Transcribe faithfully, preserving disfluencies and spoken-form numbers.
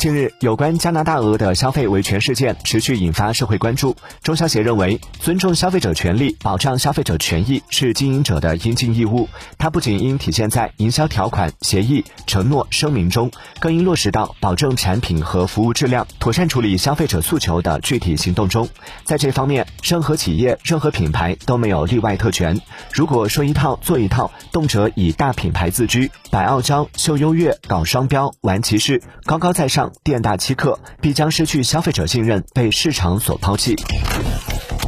近日，有关加拿大鹅的消费维权事件持续引发社会关注。中消协认为，尊重消费者权利、保障消费者权益是经营者的应尽义务。它不仅应体现在营销条款、协议、承诺、声明中，更应落实到保证产品和服务质量、妥善处理消费者诉求的具体行动中。在这方面，任何企业、任何品牌都没有例外特权。如果说一套做一套，动辄以大品牌自居，摆傲娇、秀优越、搞双标、玩歧视，高高在上、店大欺客，必将失去消费者信任，被市场所抛弃。